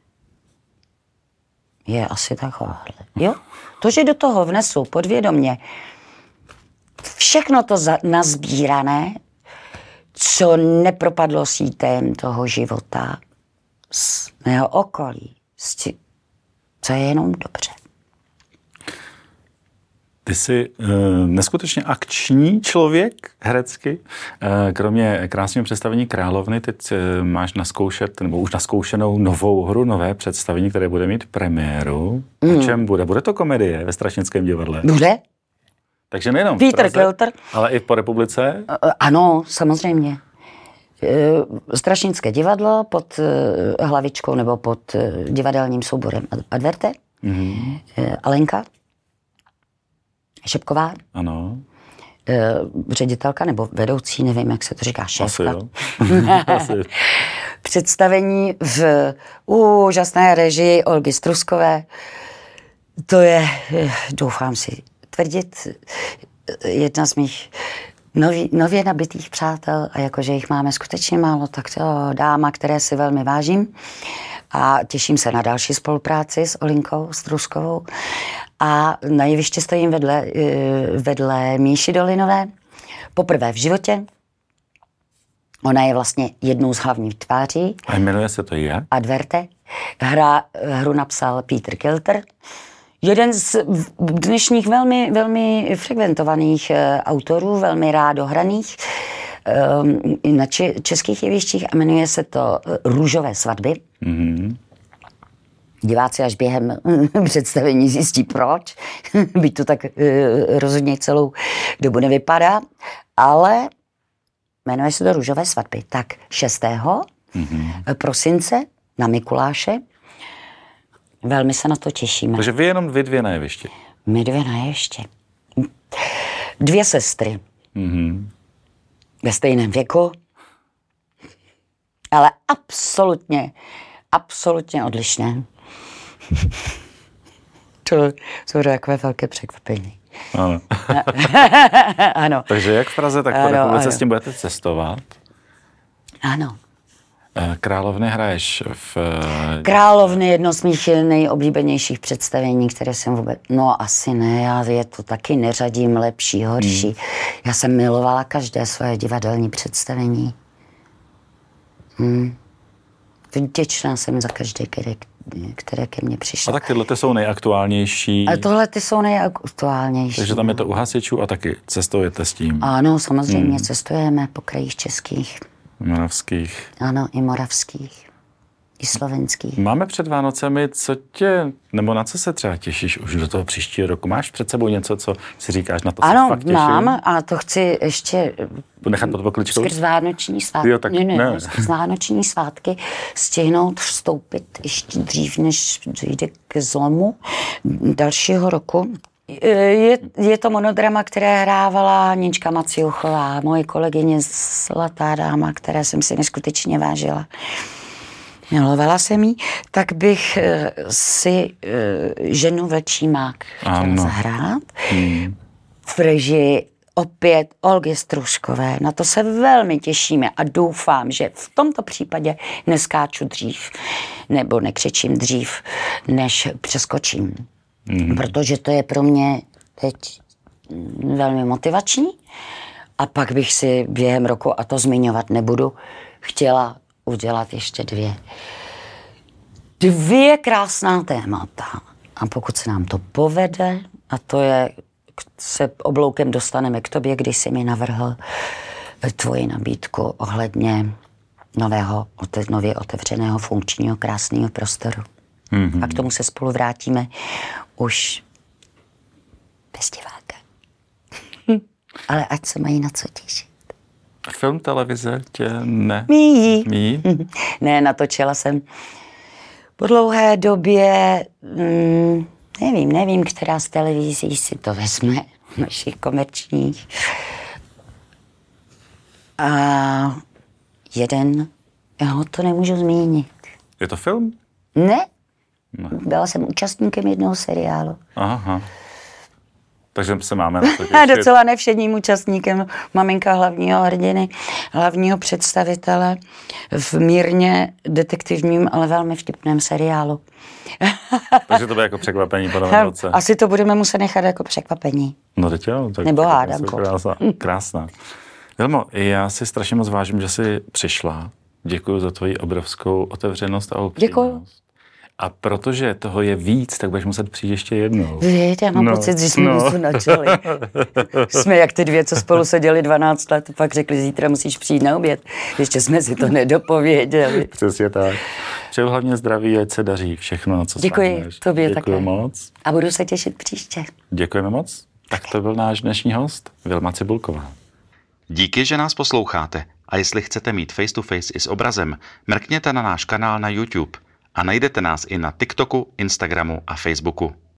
je asi taková. Jo? To, že do toho vnesu podvědomě všechno to za, nazbírané, co nepropadlo sítem toho života z mého okolí, co je jenom dobře. Ty jsi uh, neskutečně akční člověk herecky. Uh, kromě krásného představení Královny, teď uh, máš naskoušet, nebo už naskoušenou novou hru, nové představení, které bude mít premiéru. Mm. O čem bude? Bude to komedie ve Strašnickém divadle? Bude. Takže nejenom Peter v Praze, Kelter. Ale i po republice? Ano, samozřejmě. Strašnické divadlo pod hlavičkou nebo pod divadelním souborem Adverte. Mm-hmm. Alenka Šepková. Ano. Ředitelka nebo vedoucí, nevím, jak se to říká, šéfka. Asi jo. Asi. Představení v úžasné režii Olgy Struskové. To je, doufám si tvrdit, jedna z mých nový, nově nabitých přátel a jakože jich máme skutečně málo, tak to dáma, které si velmi vážím a těším se na další spolupráci s Olinkou Struskovou a na jevišti stojím vedle, vedle Míši Dolinové, poprvé v životě. Ona je vlastně jednou z hlavních tváří. A jmenuje se to jak? Adverte. Hra, hru napsal Peter Kilter. Jeden z dnešních velmi, velmi frekventovaných uh, autorů, velmi rádohraných um, na če- českých jevištích a jmenuje se to Růžové svatby. Mm-hmm. Diváci až během představení zjistí proč, byť to tak uh, rozhodně celou dobu nevypadá, ale jmenuje se to Růžové svatby. Tak šestého Mm-hmm. prosince na Mikuláše. Velmi se na to těšíme. Takže vy jenom vy dvě na jevišti. My dvě na jevišti. Dvě sestry. Mm-hmm. Ve stejném věku. Ale absolutně, absolutně odlišné. To jsou takové velké překvapení. Ano. Ano. Takže jak v Praze, tak po ano, republice ano. s tím budete cestovat? Ano. Královny hraješ v... Královny je jedno z mých nejoblíbenějších představení, které jsem vůbec... No asi ne, já je to taky neřadím lepší, horší. Hmm. Já jsem milovala každé svoje divadelní představení. Hmm. Vděčná jsem za každé, které, které ke mně přišlo. A tak tyhle jsou nejaktuálnější. A tohle ty jsou nejaktuálnější. Takže tam je to u hasičů a taky cestujete s tím. Ano, samozřejmě hmm. cestujeme po krajích českých. Moravských. Ano, i moravských, i slovenských. Máme před Vánocemi, co tě, nebo na co se třeba těšíš už do toho příštího roku? Máš před sebou něco, co si říkáš, na to ano, se fakt těším? Ano, mám a to chci ještě nechat pod pokličkou? Skrz vánoční svátky, jo, tak ne, ne, ne. skrz vánoční svátky stihnout vstoupit ještě dřív, než dojde k zlomu dalšího roku. Je, je to monodrama, které hrávala Nička Maciuchová, moje kolegyně zlatá dáma, které jsem si neskutečně vážila. Milovala jsem jí, tak bych si ženu Vlčí mák chtěla ano. zahrát. Hmm. V režii opět Olgy Struskové. Na to se velmi těšíme a doufám, že v tomto případě neskáču dřív, nebo nekřičím dřív, než přeskočím. Mm. Protože to je pro mě teď velmi motivační a pak bych si během roku, a to zmiňovat nebudu, chtěla udělat ještě dvě. Dvě krásná témata. A pokud se nám to povede, a to je, se obloukem dostaneme k tobě, když jsi mi navrhl tvoji nabídku ohledně nového, nově otevřeného funkčního krásného prostoru. Mm-hmm. A k tomu se spolu vrátíme už bez diváka. Ale ať se mají na co těšit. Film, televize tě ne? Míjí. Míjí? Ne, natočila jsem po dlouhé době, mm, nevím, nevím, která z televizí si to vezme, našich komerčních. A jeden, já ho to nemůžu zmínit. Je to film? Ne. Ne. Byla jsem účastníkem jednoho seriálu. Aha. Takže se máme na to těšit. Docela nevšedním účastníkem, maminka hlavního hrdiny, hlavního představitele v mírně detektivním, ale velmi vtipném seriálu. Takže to bude jako překvapení po novém roce. Asi to budeme muset nechat jako překvapení. No teď jo. Tak nebo hádanko. Krásná. krásná. Vilmo, já si strašně moc vážím, že jsi přišla. Děkuji za tvoji obrovskou otevřenost a upřímnost. Děkuji. A protože toho je víc, tak budeš muset přijít ještě jednou. Víte, já mám no, pocit, že jsme no. načali. Jsme jak ty dvě, co spolu seděli dvanáct let, pak řekli, zítra musíš přijít na oběd. Ještě jsme si to nedopověděli. Přesně tak. Přeju hlavně zdraví, ať se daří všechno, na co Děkuji, sáhneš. tobě Děkuji také. moc. A budu se těšit příště. Děkujeme moc. Tak to byl náš dnešní host, Vilma Cibulková. Díky, že nás posloucháte. A jestli chcete mít face to face i s obrazem, mrkněte na náš kanál na YouTube. A najdete nás i na TikToku, Instagramu a Facebooku.